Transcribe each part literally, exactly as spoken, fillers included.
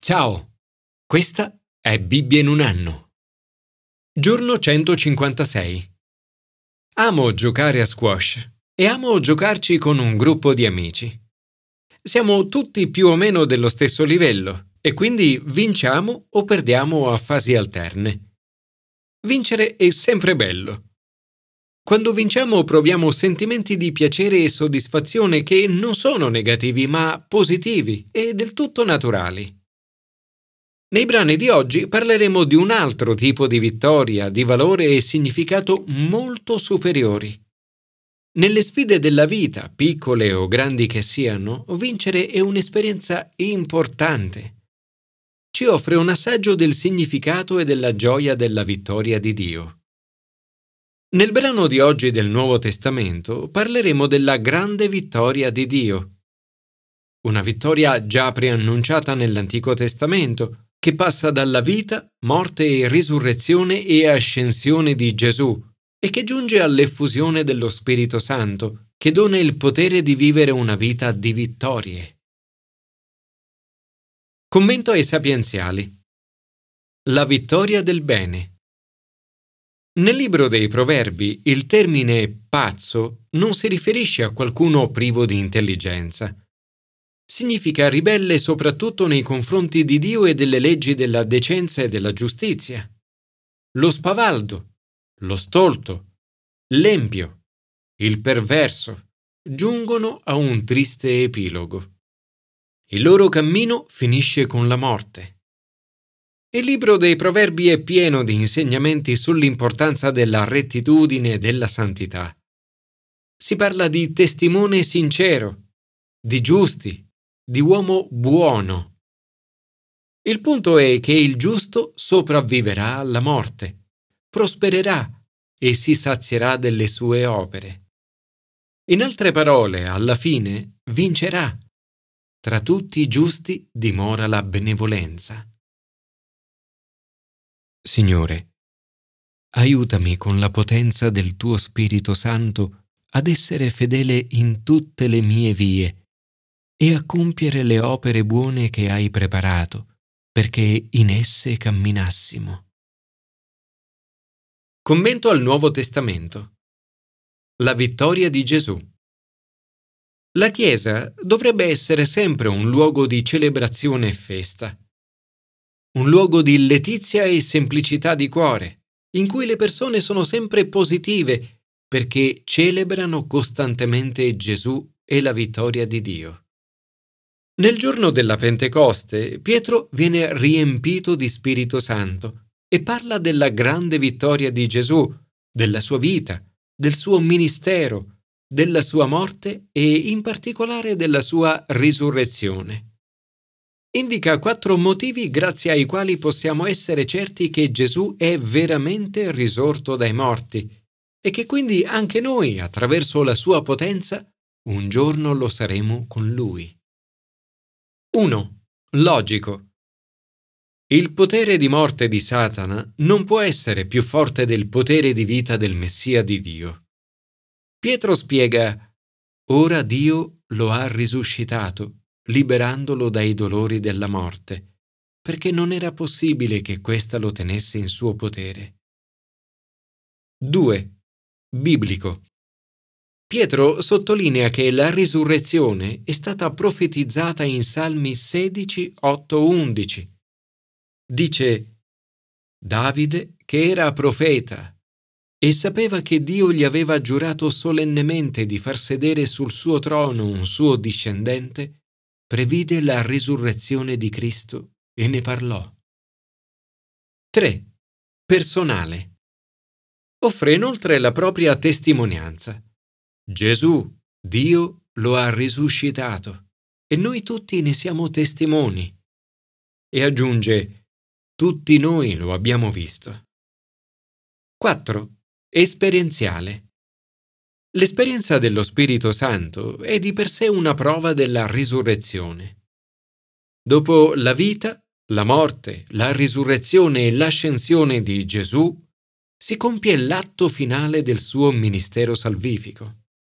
Ciao, questa è Bibbia in un anno. Giorno centocinquantasei. Amo giocare a squash e amo giocarci con un gruppo di amici. Siamo tutti più o meno dello stesso livello e quindi vinciamo o perdiamo a fasi alterne. Vincere è sempre bello. Quando vinciamo proviamo sentimenti di piacere e soddisfazione che non sono negativi ma positivi e del tutto naturali. Nei brani di oggi parleremo di un altro tipo di vittoria, di valore e significato molto superiori. Nelle sfide della vita, piccole o grandi che siano, vincere è un'esperienza importante. Ci offre un assaggio del significato e della gioia della vittoria di Dio. Nel brano di oggi del Nuovo Testamento parleremo della grande vittoria di Dio. Una vittoria già preannunciata nell'Antico Testamento, che passa dalla vita, morte e risurrezione e ascensione di Gesù e che giunge all'effusione dello Spirito Santo, che dona il potere di vivere una vita di vittorie. Commento ai sapienziali. La vittoria del bene. Nel libro dei Proverbi il termine pazzo non si riferisce a qualcuno privo di intelligenza. Significa ribelle soprattutto nei confronti di Dio e delle leggi della decenza e della giustizia. Lo spavaldo, lo stolto, l'empio, il perverso giungono a un triste epilogo. Il loro cammino finisce con la morte. Il libro dei Proverbi è pieno di insegnamenti sull'importanza della rettitudine e della santità. Si parla di testimone sincero, di giusti, di uomo buono. Il punto è che il giusto sopravviverà alla morte, prospererà e si sazierà delle sue opere. In altre parole, alla fine, vincerà. Tra tutti i giusti dimora la benevolenza. Signore, aiutami con la potenza del tuo Spirito Santo ad essere fedele in tutte le mie vie e a compiere le opere buone che hai preparato, perché in esse camminassimo. Commento al Nuovo Testamento. La vittoria di Gesù. La Chiesa dovrebbe essere sempre un luogo di celebrazione e festa. Un luogo di letizia e semplicità di cuore, in cui le persone sono sempre positive, perché celebrano costantemente Gesù e la vittoria di Dio. Nel giorno della Pentecoste, Pietro viene riempito di Spirito Santo e parla della grande vittoria di Gesù, della sua vita, del suo ministero, della sua morte e in particolare della sua risurrezione. Indica quattro motivi grazie ai quali possiamo essere certi che Gesù è veramente risorto dai morti e che quindi anche noi, attraverso la sua potenza, un giorno lo saremo con Lui. uno. Logico. Il potere di morte di Satana non può essere più forte del potere di vita del Messia di Dio. Pietro spiega: ora Dio lo ha risuscitato, liberandolo dai dolori della morte, perché non era possibile che questa lo tenesse in suo potere. due. Biblico. Pietro sottolinea che la risurrezione è stata profetizzata in Salmi sedici, otto, undici. Dice: Davide, che era profeta e sapeva che Dio gli aveva giurato solennemente di far sedere sul suo trono un suo discendente, previde la risurrezione di Cristo e ne parlò. tre. Personale. Offre inoltre la propria testimonianza. Gesù, Dio, lo ha risuscitato e noi tutti ne siamo testimoni. E aggiunge: tutti noi lo abbiamo visto. quattro. Esperienziale. L'esperienza dello Spirito Santo è di per sé una prova della risurrezione. Dopo la vita, la morte, la risurrezione e l'ascensione di Gesù, si compie l'atto finale del suo ministero salvifico.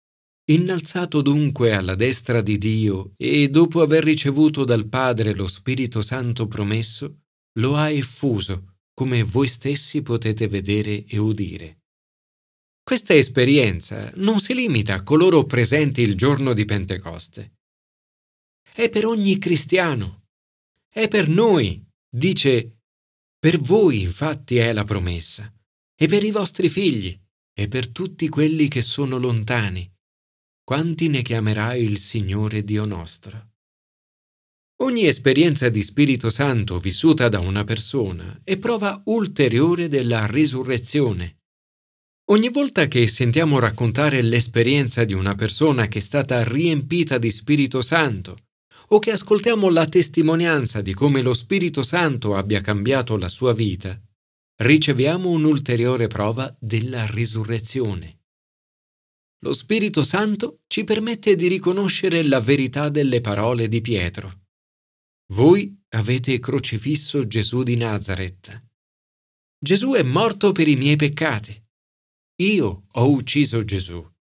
Innalzato dunque alla destra di Dio e dopo aver ricevuto dal Padre lo Spirito Santo promesso, lo ha effuso, come voi stessi potete vedere e udire. Questa esperienza non si limita a coloro presenti il giorno di Pentecoste. È per ogni cristiano. È per noi. Dice, per voi infatti è la promessa, e per i vostri figli, e per tutti quelli che sono lontani, quanti ne chiamerà il Signore Dio nostro. Ogni esperienza di Spirito Santo vissuta da una persona è prova ulteriore della risurrezione. Ogni volta che sentiamo raccontare l'esperienza di una persona che è stata riempita di Spirito Santo o che ascoltiamo la testimonianza di come lo Spirito Santo abbia cambiato la sua vita, riceviamo un'ulteriore prova della risurrezione. Lo Spirito Santo ci permette di riconoscere la verità delle parole di Pietro. Voi avete crocifisso Gesù di Nazaret. Gesù è morto per i miei peccati. Io ho ucciso Gesù.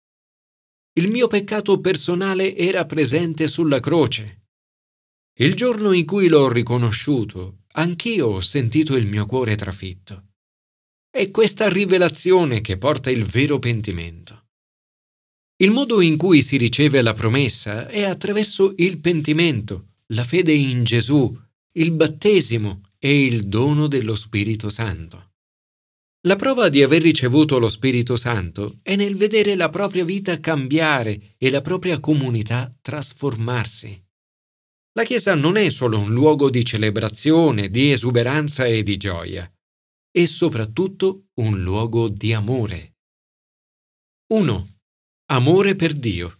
Il mio peccato personale era presente sulla croce. Il giorno in cui l'ho riconosciuto, anch'io ho sentito il mio cuore trafitto. È questa rivelazione che porta il vero pentimento. Il modo in cui si riceve la promessa è attraverso il pentimento, la fede in Gesù, il battesimo e il dono dello Spirito Santo. La prova di aver ricevuto lo Spirito Santo è nel vedere la propria vita cambiare e la propria comunità trasformarsi. La Chiesa non è solo un luogo di celebrazione, di esuberanza e di gioia, è soprattutto un luogo di amore. uno. Amore per Dio.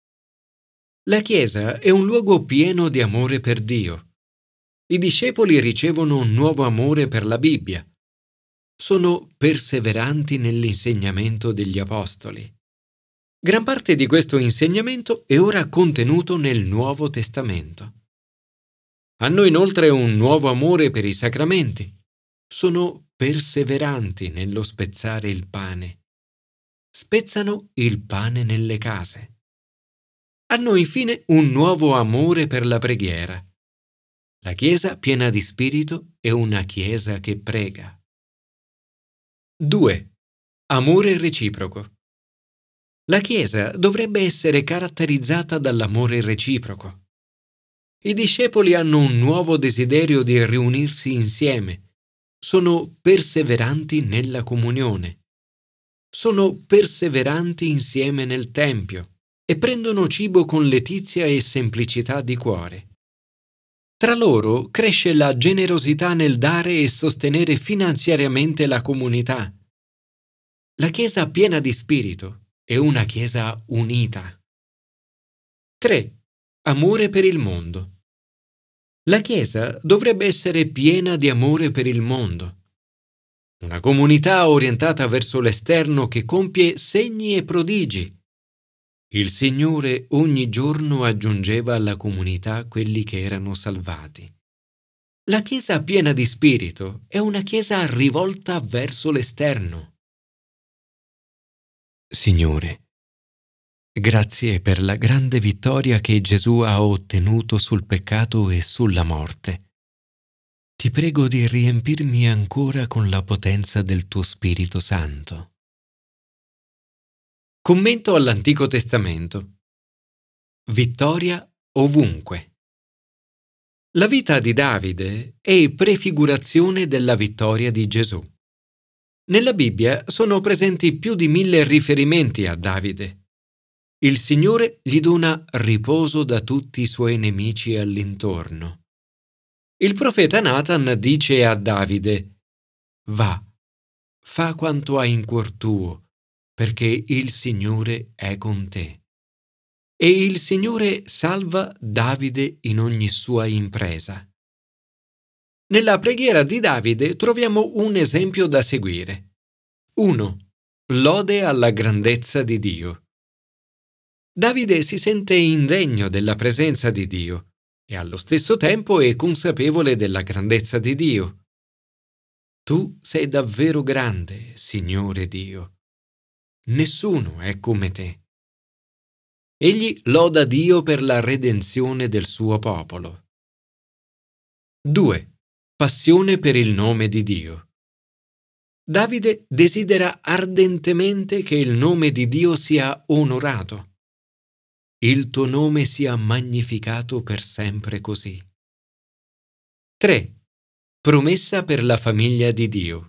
La Chiesa è un luogo pieno di amore per Dio. I discepoli ricevono un nuovo amore per la Bibbia. Sono perseveranti nell'insegnamento degli Apostoli. Gran parte di questo insegnamento è ora contenuto nel Nuovo Testamento. Hanno inoltre un nuovo amore per i sacramenti. Sono perseveranti nello spezzare il pane. Spezzano il pane nelle case. Hanno infine un nuovo amore per la preghiera. La Chiesa piena di spirito è una Chiesa che prega. due. Amore reciproco. La Chiesa dovrebbe essere caratterizzata dall'amore reciproco. I discepoli hanno un nuovo desiderio di riunirsi insieme. Sono perseveranti nella comunione. Sono perseveranti insieme nel Tempio e prendono cibo con letizia e semplicità di cuore. Tra loro cresce la generosità nel dare e sostenere finanziariamente la comunità. La Chiesa piena di spirito è una Chiesa unita. tre. Amore per il mondo. La Chiesa dovrebbe essere piena di amore per il mondo. Una comunità orientata verso l'esterno che compie segni e prodigi. Il Signore ogni giorno aggiungeva alla comunità quelli che erano salvati. La Chiesa piena di spirito è una Chiesa rivolta verso l'esterno. Signore, grazie per la grande vittoria che Gesù ha ottenuto sul peccato e sulla morte. Ti prego di riempirmi ancora con la potenza del tuo Spirito Santo. Commento all'Antico Testamento. Vittoria ovunque. La vita di Davide è prefigurazione della vittoria di Gesù. Nella Bibbia sono presenti più di mille riferimenti a Davide. Il Signore gli dona riposo da tutti i suoi nemici all'intorno. Il profeta Nathan dice a Davide: «Va, fa quanto hai in cuor tuo, perché il Signore è con te». E il Signore salva Davide in ogni sua impresa. Nella preghiera di Davide troviamo un esempio da seguire. uno. Lode alla grandezza di Dio. Davide si sente indegno della presenza di Dio e allo stesso tempo è consapevole della grandezza di Dio. Tu sei davvero grande, Signore Dio. Nessuno è come te. Egli loda Dio per la redenzione del suo popolo. due. Passione per il nome di Dio. Davide desidera ardentemente che il nome di Dio sia onorato. Il tuo nome sia magnificato per sempre così. tre. Promessa per la famiglia di Dio.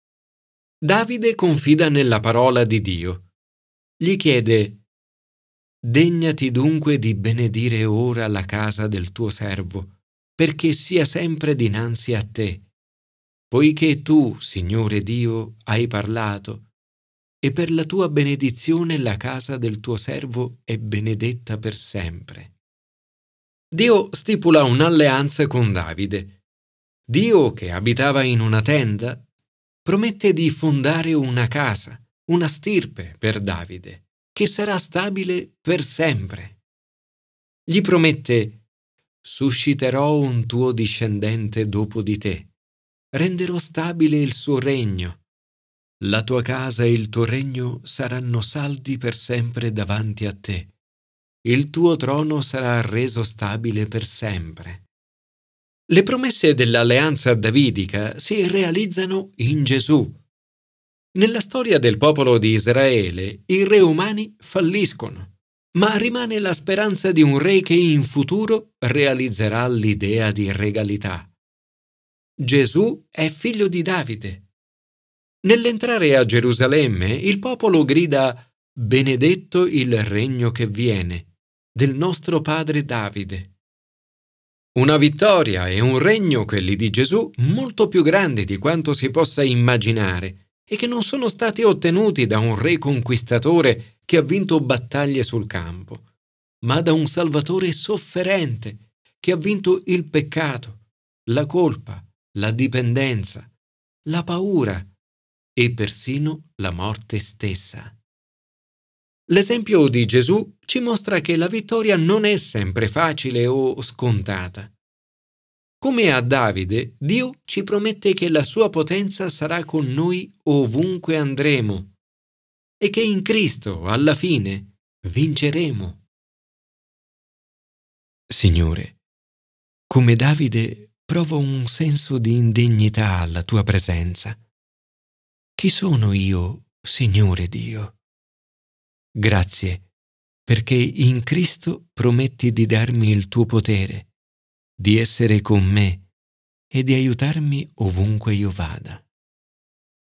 Davide confida nella parola di Dio. Gli chiede: degnati dunque di benedire ora la casa del tuo servo, perché sia sempre dinanzi a te, poiché tu, Signore Dio, hai parlato, e per la tua benedizione la casa del tuo servo è benedetta per sempre. Dio stipula un'alleanza con Davide. Dio, che abitava in una tenda, promette di fondare una casa, una stirpe per Davide, che sarà stabile per sempre. Gli promette: susciterò un tuo discendente dopo di te, renderò stabile il suo regno. La tua casa e il tuo regno saranno saldi per sempre davanti a te. Il tuo trono sarà reso stabile per sempre. Le promesse dell'alleanza davidica si realizzano in Gesù. Nella storia del popolo di Israele, i re umani falliscono, ma rimane la speranza di un re che in futuro realizzerà l'idea di regalità. Gesù è figlio di Davide. Nell'entrare a Gerusalemme, il popolo grida: benedetto il regno che viene, del nostro padre Davide. Una vittoria e un regno, quelli di Gesù, molto più grandi di quanto si possa immaginare e che non sono stati ottenuti da un re conquistatore che ha vinto battaglie sul campo, ma da un Salvatore sofferente che ha vinto il peccato, la colpa, la dipendenza, la paura e persino la morte stessa. L'esempio di Gesù ci mostra che la vittoria non è sempre facile o scontata. Come a Davide, Dio ci promette che la sua potenza sarà con noi ovunque andremo e che in Cristo, alla fine, vinceremo. Signore, come Davide provo un senso di indegnità alla tua presenza. Chi sono io, Signore Dio? Grazie, perché in Cristo prometti di darmi il tuo potere, di essere con me e di aiutarmi ovunque io vada.